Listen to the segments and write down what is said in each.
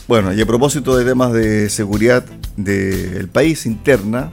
Bueno, y a propósito de temas de seguridad del país interna,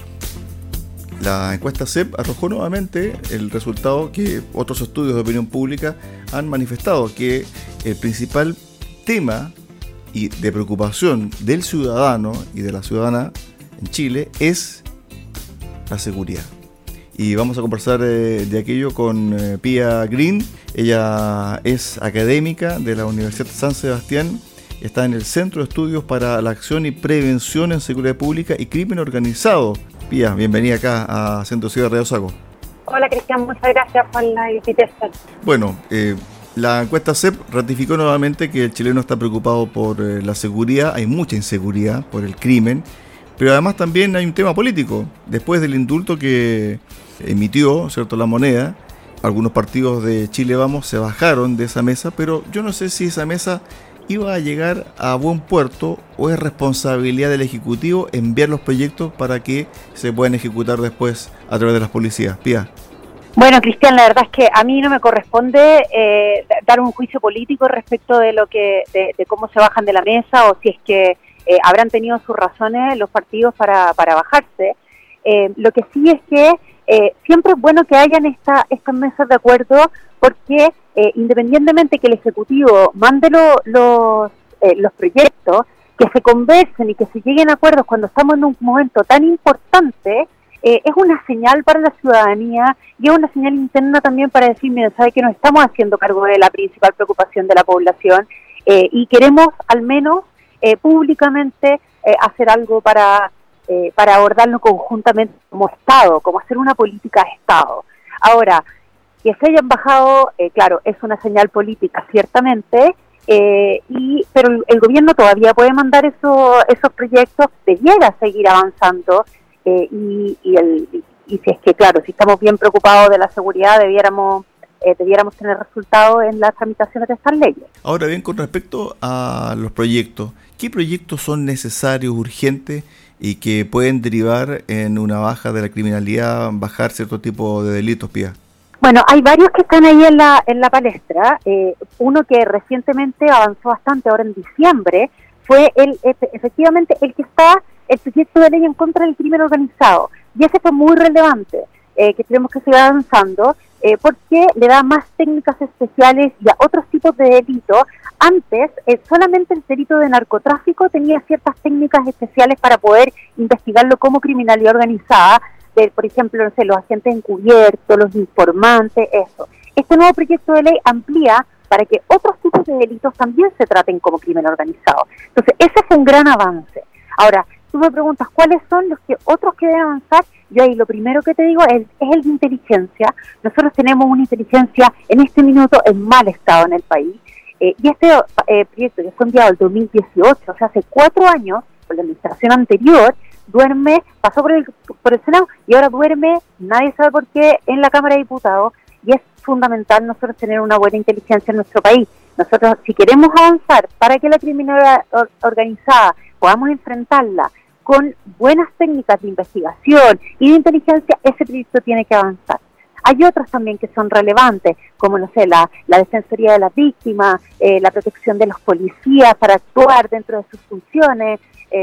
la encuesta CEP arrojó nuevamente el resultado que otros estudios de opinión pública han manifestado, que el principal tema y de preocupación del ciudadano y de la ciudadana en Chile es la seguridad. Y vamos a conversar de aquello con Pia Green. Ella es académica de la Universidad de San Sebastián, está en el Centro de Estudios para la Acción y Prevención en Seguridad Pública y Crimen Organizado. Pia, bienvenida acá a Centro Ciudad de Radio Sago. Hola Cristian, muchas gracias por la invitación. Bueno, la encuesta CEP ratificó nuevamente que el chileno está preocupado por la seguridad. Hay mucha inseguridad por el crimen, pero además también hay un tema político. Después del indulto que emitió, ¿cierto?, la Moneda, algunos partidos de Chile Vamos se bajaron de esa mesa, pero yo no sé si esa mesa iba a llegar a buen puerto o es responsabilidad del Ejecutivo enviar los proyectos para que se puedan ejecutar después a través de las policías. Pia. Bueno, Cristian, la verdad es que a mí no me corresponde dar un juicio político respecto de lo que de cómo se bajan de la mesa o si es que habrán tenido sus razones los partidos para bajarse. Lo que sí es que siempre es bueno que hayan estas mesas de acuerdo porque independientemente que el Ejecutivo mande los proyectos, que se conversen y que se lleguen a acuerdos cuando estamos en un momento tan importante, es una señal para la ciudadanía y es una señal interna también para decir, mira, sabe que nos estamos haciendo cargo de la principal preocupación de la población y queremos al menos públicamente hacer algo para abordarlo conjuntamente como Estado, como hacer una política de Estado. Ahora, que se hayan bajado, claro, es una señal política, ciertamente, pero el gobierno todavía puede mandar esos proyectos, debiera seguir avanzando, y si es que, claro, si estamos bien preocupados de la seguridad, debiéramos tener resultados en las tramitaciones de estas leyes. Ahora bien, con respecto a los proyectos, ¿qué proyectos son necesarios, urgentes y que pueden derivar en una baja de la criminalidad, bajar cierto tipo de delitos, Pia? Bueno, hay varios que están ahí en la palestra. Uno que recientemente avanzó bastante, ahora en diciembre, fue efectivamente el que está el proyecto de ley en contra del crimen organizado. Y ese fue muy relevante, que tenemos que seguir avanzando, porque le da más técnicas especiales y a otros tipos de delitos. Antes, solamente el delito de narcotráfico tenía ciertas técnicas especiales para poder investigarlo como criminalidad organizada, por ejemplo, no sé, los agentes encubiertos, los informantes, eso. Este nuevo proyecto de ley amplía para que otros tipos de delitos también se traten como crimen organizado. Entonces, ese fue un gran avance. Ahora, tú me preguntas, ¿cuáles son los otros que deben avanzar? Yo ahí lo primero que te digo es el de inteligencia. Nosotros tenemos una inteligencia en este minuto en mal estado en el país. Y este proyecto que fue enviado en 2018, o sea, hace 4 años, por la administración anterior, pasó por el Senado y ahora duerme, nadie sabe por qué, en la Cámara de Diputados, y es fundamental nosotros tener una buena inteligencia en nuestro país. Nosotros, si queremos avanzar para que la criminalidad organizada podamos enfrentarla con buenas técnicas de investigación y de inteligencia, ese proyecto tiene que avanzar. Hay otros también que son relevantes, como, no sé, la defensoría de las víctimas, la protección de los policías para actuar dentro de sus funciones,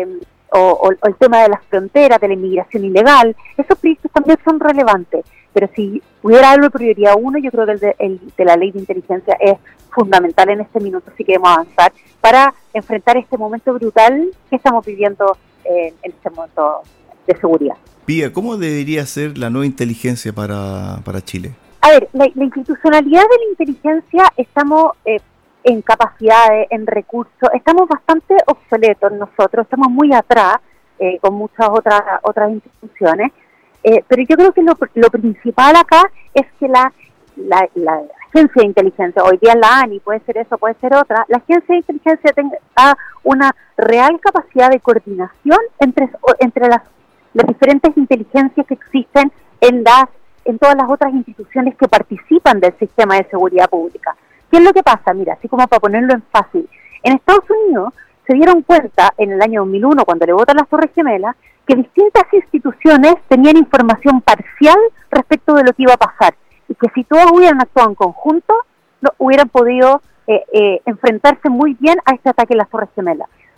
o el tema de las fronteras, de la inmigración ilegal. Esos proyectos también son relevantes, pero si hubiera algo de prioridad uno, yo creo que el de la ley de inteligencia es fundamental en este minuto si queremos avanzar para enfrentar este momento brutal que estamos viviendo en este momento de seguridad. Pia, ¿cómo debería ser la nueva inteligencia para Chile? A ver, la institucionalidad de la inteligencia, estamos en capacidades, en recursos, estamos bastante obsoletos nosotros, estamos muy atrás con muchas otras instituciones, pero yo creo que lo principal acá es que la agencia de inteligencia, hoy día la ANI, puede ser eso, puede ser otra, la agencia de inteligencia tenga una real capacidad de coordinación entre las diferentes inteligencias que existen en todas las otras instituciones que participan del sistema de seguridad pública. ¿Qué es lo que pasa? Mira, así como para ponerlo en fácil, en Estados Unidos se dieron cuenta en el año 2001, cuando le votan las Torres Gemelas, que distintas instituciones tenían información parcial respecto de lo que iba a pasar, y que si todos hubieran actuado en conjunto, hubieran podido enfrentarse muy bien a este ataque en las Torres Gemelas.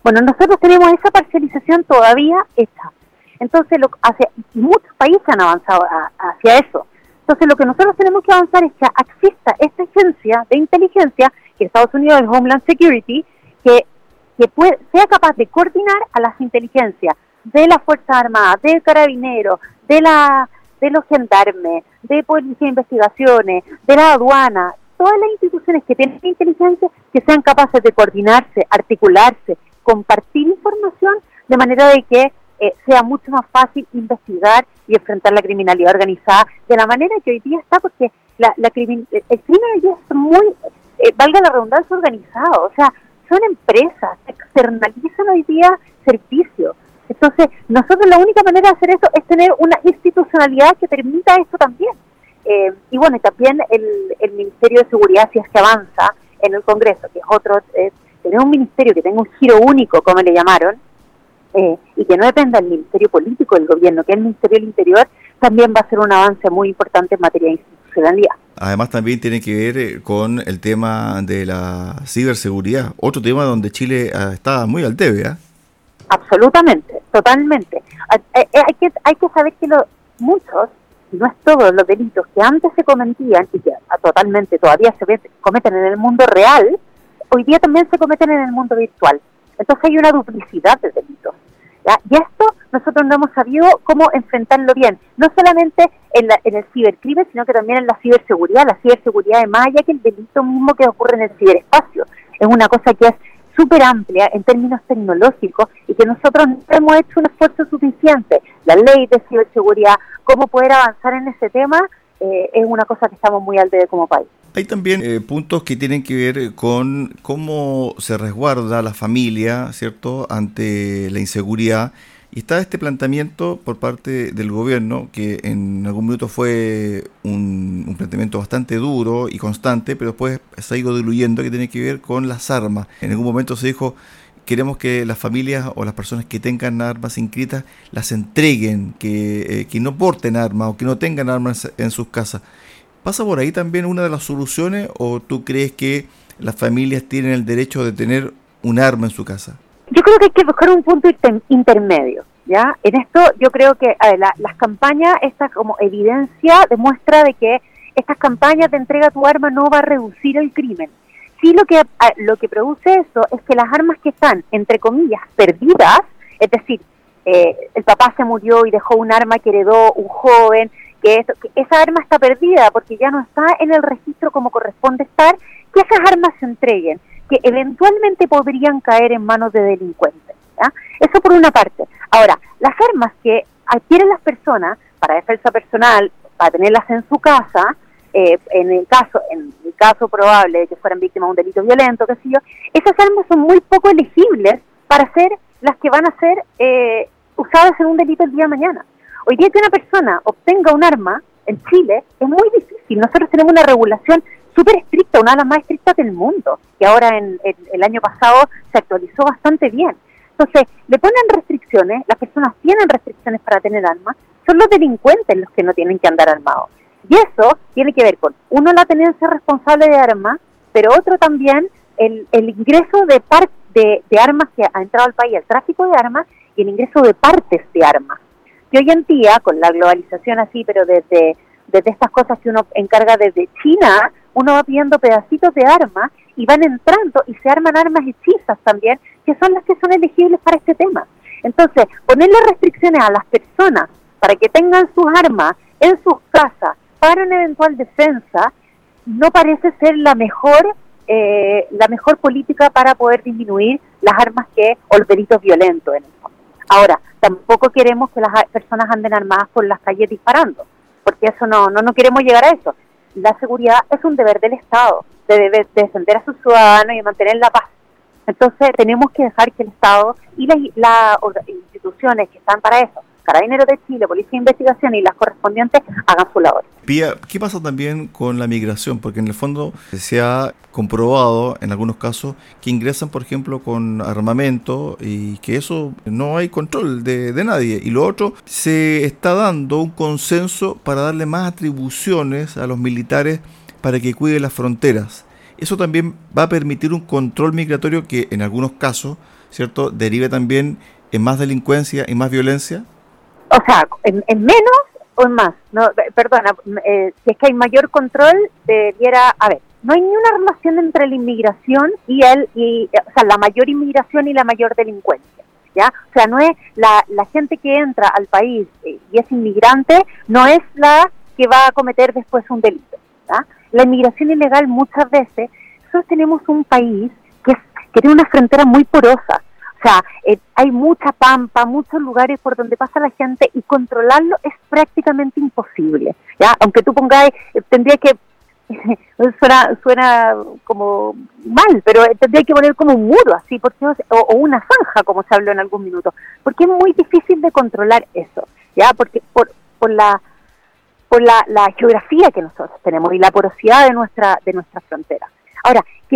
Bueno, nosotros tenemos esa parcialización todavía hecha. Entonces, muchos países han avanzado hacia eso. Entonces, lo que nosotros tenemos que avanzar es que exista esta agencia de inteligencia, que Estados Unidos es Homeland Security, que sea capaz de coordinar a las inteligencias de las Fuerzas Armadas, de Carabineros, de los gendarmes, de Policía de Investigaciones, de la aduana, todas las instituciones que tienen inteligencia, que sean capaces de coordinarse, articularse, compartir información, de manera de que sea mucho más fácil investigar y enfrentar la criminalidad organizada de la manera que hoy día está, porque el crimen hoy día es muy, valga la redundancia, organizado. O sea, son empresas, externalizan hoy día servicios. Entonces, nosotros la única manera de hacer eso es tener una institucionalidad que permita esto también. Y bueno, y también el Ministerio de Seguridad, si es que avanza en el Congreso, que es otro, tener un ministerio que tenga un giro único, como le llamaron, y que no dependa del Ministerio Político del Gobierno, que es el Ministerio del Interior, también va a ser un avance muy importante en materia de institucionalidad. Además también tiene que ver con el tema de la ciberseguridad, otro tema donde Chile está muy al debe, ¿eh? Absolutamente, totalmente. Hay que saber que muchos, y no es todos los delitos que antes se cometían y que totalmente todavía se cometen en el mundo real, hoy día también se cometen en el mundo virtual. Entonces hay una duplicidad de delitos, ¿ya? Y esto nosotros no hemos sabido cómo enfrentarlo bien, no solamente en el cibercrimen, sino que también en la ciberseguridad. La ciberseguridad es más allá que el delito mismo que ocurre en el ciberespacio. Es una cosa que es súper amplia en términos tecnológicos y que nosotros no hemos hecho un esfuerzo suficiente. La ley de ciberseguridad, cómo poder avanzar en ese tema, es una cosa que estamos muy al debe como país. Hay también puntos que tienen que ver con cómo se resguarda la familia, ¿cierto?, ante la inseguridad. Y está este planteamiento por parte del gobierno, que en algún minuto fue un planteamiento bastante duro y constante, pero después se ha ido diluyendo, que tiene que ver con las armas. En algún momento se dijo, queremos que las familias o las personas que tengan armas inscritas las entreguen, que no porten armas o que no tengan armas en sus casas. ¿Pasa por ahí también una de las soluciones o tú crees que las familias tienen el derecho de tener un arma en su casa? Yo creo que hay que buscar un punto intermedio, ¿ya? En esto yo creo que las campañas, esta como evidencia demuestra de que estas campañas de entrega tu arma no va a reducir el crimen. Sí, lo que produce eso es que las armas que están, entre comillas, perdidas, es decir, el papá se murió y dejó un arma que heredó un joven, que esa arma está perdida porque ya no está en el registro como corresponde estar, que esas armas se entreguen, que eventualmente podrían caer en manos de delincuentes, ¿ya? Eso por una parte. Ahora, las armas que adquieren las personas para defensa personal, para tenerlas en su casa, en el caso probable de que fueran víctimas de un delito violento, qué sé yo, esas armas son muy poco elegibles para ser las que van a ser usadas en un delito el día de mañana. Hoy día que una persona obtenga un arma en Chile es muy difícil. Nosotros tenemos una regulación súper estricta, una de las más estrictas del mundo, que ahora el año pasado se actualizó bastante bien. Entonces, le ponen restricciones, las personas tienen restricciones para tener armas, son los delincuentes los que no tienen que andar armados. Y eso tiene que ver con, uno, la tenencia responsable de armas, pero otro también el ingreso de armas que ha entrado al país, el tráfico de armas y el ingreso de partes de armas. Y hoy en día, con la globalización así, pero desde estas cosas que uno encarga desde China, uno va pidiendo pedacitos de armas y van entrando y se arman armas hechizas también, que son las que son elegibles para este tema. Entonces, ponerle restricciones a las personas para que tengan sus armas en sus casas para una eventual defensa, no parece ser la mejor política para poder disminuir las armas o los delitos violentos en el fondo. Ahora, tampoco queremos que las personas anden armadas por las calles disparando, porque eso no queremos llegar a eso. La seguridad es un deber del Estado, de defender a sus ciudadanos y mantener la paz. Entonces tenemos que dejar que el Estado y las instituciones que están para eso, Carabineros de Chile, Policía de Investigación y las correspondientes, hagan su labor. Pía, ¿qué pasa también con la migración? Porque en el fondo se ha comprobado en algunos casos que ingresan, por ejemplo, con armamento y que eso no hay control de nadie. Y lo otro, se está dando un consenso para darle más atribuciones a los militares para que cuiden las fronteras. Eso también va a permitir un control migratorio que en algunos casos ¿cierto?, derive también en más delincuencia y más violencia? O sea, en menos o en más. No, perdona, si es que hay mayor control, debiera... A ver, no hay ni una relación entre la inmigración o sea, la mayor inmigración y la mayor delincuencia, ¿ya? O sea, no es la gente que entra al país y es inmigrante, no es la que va a cometer después un delito, ¿ya? La inmigración ilegal muchas veces, nosotros tenemos un país que tiene una frontera muy porosa. O sea, hay mucha pampa, muchos lugares por donde pasa la gente y controlarlo es prácticamente imposible, ¿ya? Aunque tú pongáis, tendría que, suena como mal, pero tendría que poner como un muro así, porque o una zanja, como se habló en algún minuto, porque es muy difícil de controlar eso, ¿ya? Porque por la geografía que nosotros tenemos y la porosidad de nuestra frontera. Ahora, que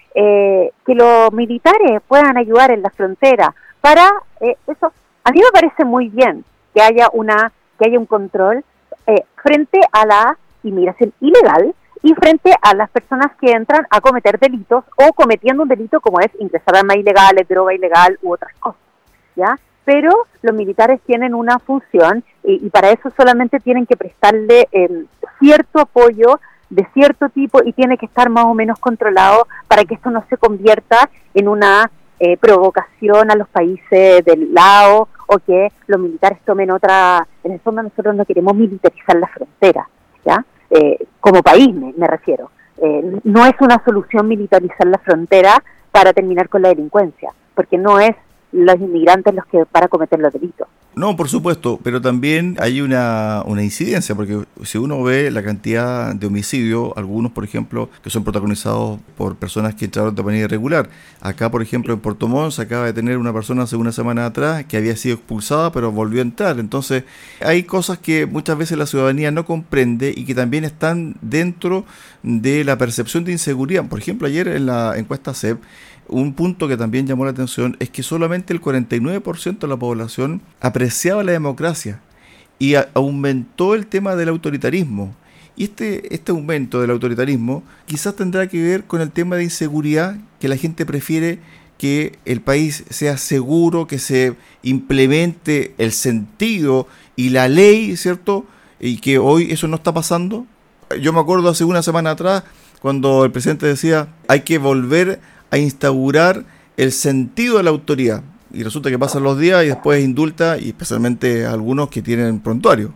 los militares puedan ayudar en la frontera para eso, a mí me parece muy bien que haya un control frente a la inmigración ilegal y frente a las personas que entran a cometer delitos o cometiendo un delito como es ingresar armas ilegales, droga ilegal u otras cosas, ¿ya? Pero los militares tienen una función y para eso solamente tienen que prestarle cierto apoyo de cierto tipo y tiene que estar más o menos controlado para que esto no se convierta en una provocación a los países del lado o que los militares tomen otra... En el fondo nosotros no queremos militarizar la frontera, ¿ya? Como país me refiero. No es una solución militarizar la frontera para terminar con la delincuencia, porque no es los inmigrantes los que para cometer los delitos. No, por supuesto, pero también hay una incidencia, porque si uno ve la cantidad de homicidios, algunos, por ejemplo, que son protagonizados por personas que entraron de manera irregular. Acá, por ejemplo, en Puerto Montt se acaba de tener una persona hace una semana atrás que había sido expulsada, pero volvió a entrar. Entonces, hay cosas que muchas veces la ciudadanía no comprende y que también están dentro de la percepción de inseguridad. Por ejemplo, ayer en la encuesta CEP, un punto que también llamó la atención es que solamente el 49% de la población apreciaba la democracia y aumentó el tema del autoritarismo. Y este aumento del autoritarismo quizás tendrá que ver con el tema de inseguridad, que la gente prefiere que el país sea seguro, que se implemente el sentido y la ley, ¿cierto? Y que hoy eso no está pasando. Yo me acuerdo hace una semana atrás cuando el presidente decía hay que volver a instaurar el sentido de la autoridad. Y resulta que pasan los días y después indulta, y especialmente algunos que tienen prontuario.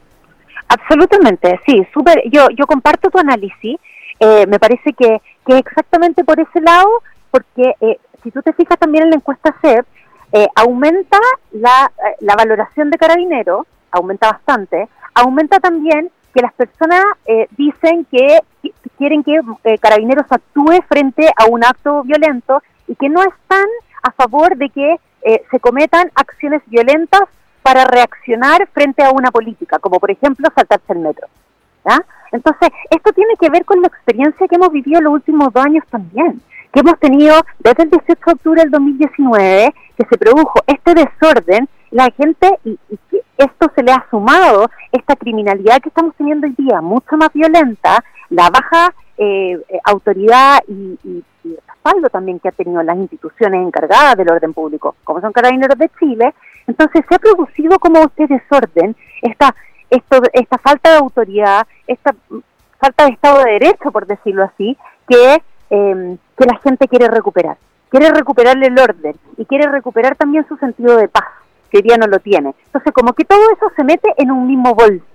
Absolutamente, sí, súper. Yo comparto tu análisis. Me parece que exactamente por ese lado, porque si tú te fijas también en la encuesta CEP, aumenta la valoración de Carabineros, aumenta bastante, aumenta también que las personas dicen que quieren que Carabineros actúe frente a un acto violento y que no están a favor de que se cometan acciones violentas para reaccionar frente a una política, como por ejemplo saltarse el metro, ¿ya? Entonces, esto tiene que ver con la experiencia que hemos vivido los últimos 2 años también, que hemos tenido desde el 18 de octubre del 2019, que se produjo este desorden, la gente, y que esto se le ha sumado, esta criminalidad que estamos teniendo hoy día, mucho más violenta, la baja autoridad y respaldo también que ha tenido las instituciones encargadas del orden público, como son Carabineros de Chile. Entonces se ha producido como este desorden, esta falta de autoridad, esta falta de Estado de Derecho, por decirlo así, que la gente quiere recuperarle el orden y quiere recuperar también su sentido de paz, que hoy día no lo tiene. Entonces como que todo eso se mete en un mismo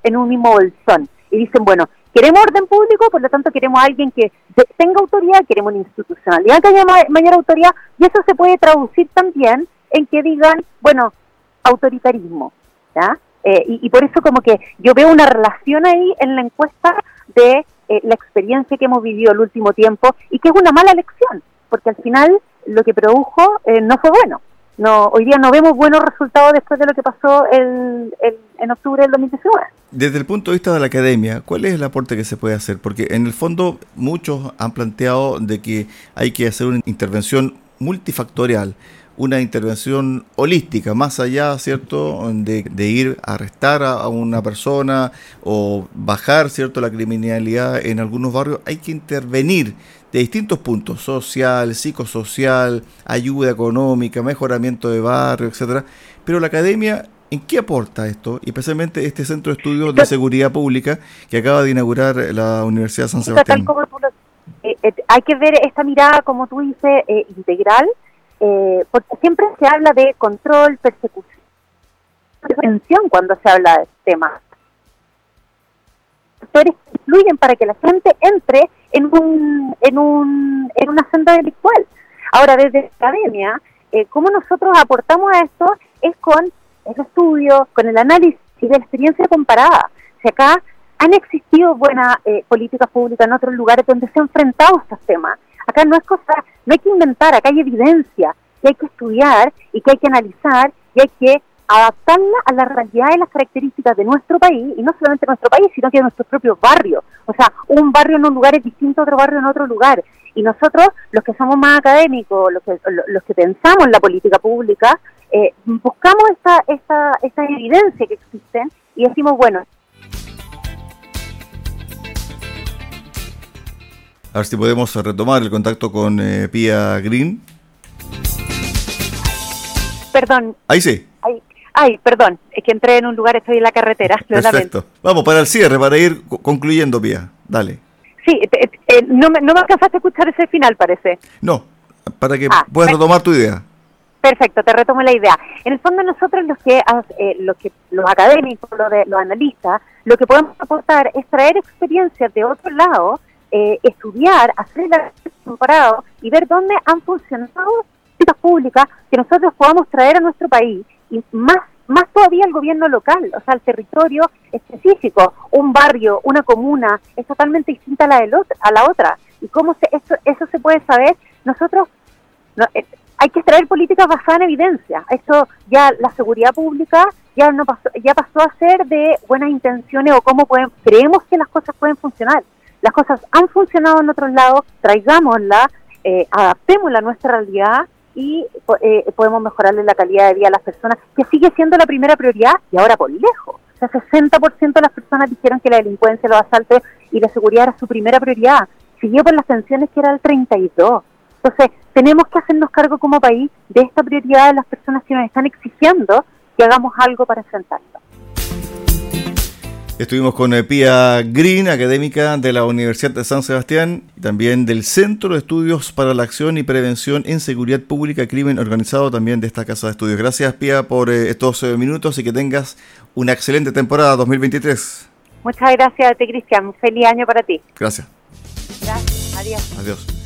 bolsón y dicen, bueno, queremos orden público, por lo tanto queremos a alguien que tenga autoridad, queremos una institucionalidad que haya mayor autoridad, y eso se puede traducir también en que digan, bueno, autoritarismo, ¿ya? Y por eso como que yo veo una relación ahí en la encuesta de la experiencia que hemos vivido el último tiempo y que es una mala elección, porque al final lo que produjo no fue bueno. No, hoy día no vemos buenos resultados después de lo que pasó en octubre del 2019. Desde el punto de vista de la academia, ¿cuál es el aporte que se puede hacer? Porque en el fondo muchos han planteado de que hay que hacer una intervención multifactorial, una intervención holística, más allá, ¿cierto?, de ir a arrestar a una persona o bajar, ¿cierto?, la criminalidad en algunos barrios. Hay que intervenir de distintos puntos, social, psicosocial, ayuda económica, mejoramiento de barrio, etcétera. Pero la academia, ¿en qué aporta esto? Y especialmente este Centro de Estudios de Seguridad Pública que acaba de inaugurar la Universidad de San Sebastián. Hay que ver esta mirada, como tú dices, integral, porque siempre se habla de control, persecución, prevención cuando se habla de este tema. Factores que influyen para que la gente entre en una senda delictual. Ahora, desde la academia, ¿cómo nosotros aportamos a esto? Es con el estudio, con el análisis de la experiencia comparada. Si acá han existido buenas políticas públicas en otros lugares donde se han enfrentado a estos temas. Acá no hay que inventar, acá hay evidencia que hay que estudiar y que hay que analizar y hay que adaptarla a la realidad y las características de nuestro país, y no solamente de nuestro país, sino que de nuestros propios barrios. O sea, un barrio en un lugar es distinto a otro barrio en otro lugar. Y nosotros, los que somos más académicos, los que pensamos en la política pública, buscamos esta evidencia que existen y decimos, bueno. A ver si podemos retomar el contacto con Pía Green. Perdón. Ahí sí. Perdón, es que entré en un lugar, estoy en la carretera. Perfecto. Vamos para el cierre, para ir concluyendo, Pía. Dale. Sí, no me alcanzaste a escuchar ese final, parece. No, para que puedas retomar tu idea. Perfecto, te retomo la idea. En el fondo nosotros los académicos, los analistas, lo que podemos aportar es traer experiencias de otro lado, estudiar, hacer el análisis comparado y ver dónde han funcionado políticas públicas que nosotros podamos traer a nuestro país, y más todavía el gobierno local, o sea, el territorio específico. Un barrio, una comuna es totalmente distinta a la otra. ¿Y cómo eso se puede saber? Nosotros hay que traer políticas basadas en evidencia. Esto ya, la seguridad pública ya pasó a ser de buenas intenciones o creemos que las cosas pueden funcionar. Las cosas han funcionado en otros lados, traigámoslas, adaptémosla a nuestra realidad y podemos mejorarle la calidad de vida a las personas, que sigue siendo la primera prioridad y ahora por lejos. O sea, 60% de las personas dijeron que la delincuencia, los asaltos y la seguridad era su primera prioridad. Siguió por las pensiones, que era el 32%. Entonces, tenemos que hacernos cargo como país de esta prioridad de las personas que nos están exigiendo que hagamos algo para enfrentarlo. Estuvimos con Pía Green, académica de la Universidad de San Sebastián y también del Centro de Estudios para la Acción y Prevención en Seguridad Pública y Crimen Organizado, también de esta casa de estudios. Gracias, Pía, por estos minutos y que tengas una excelente temporada 2023. Muchas gracias a ti, Cristian. Un feliz año para ti. Gracias. Gracias. Adiós. Adiós.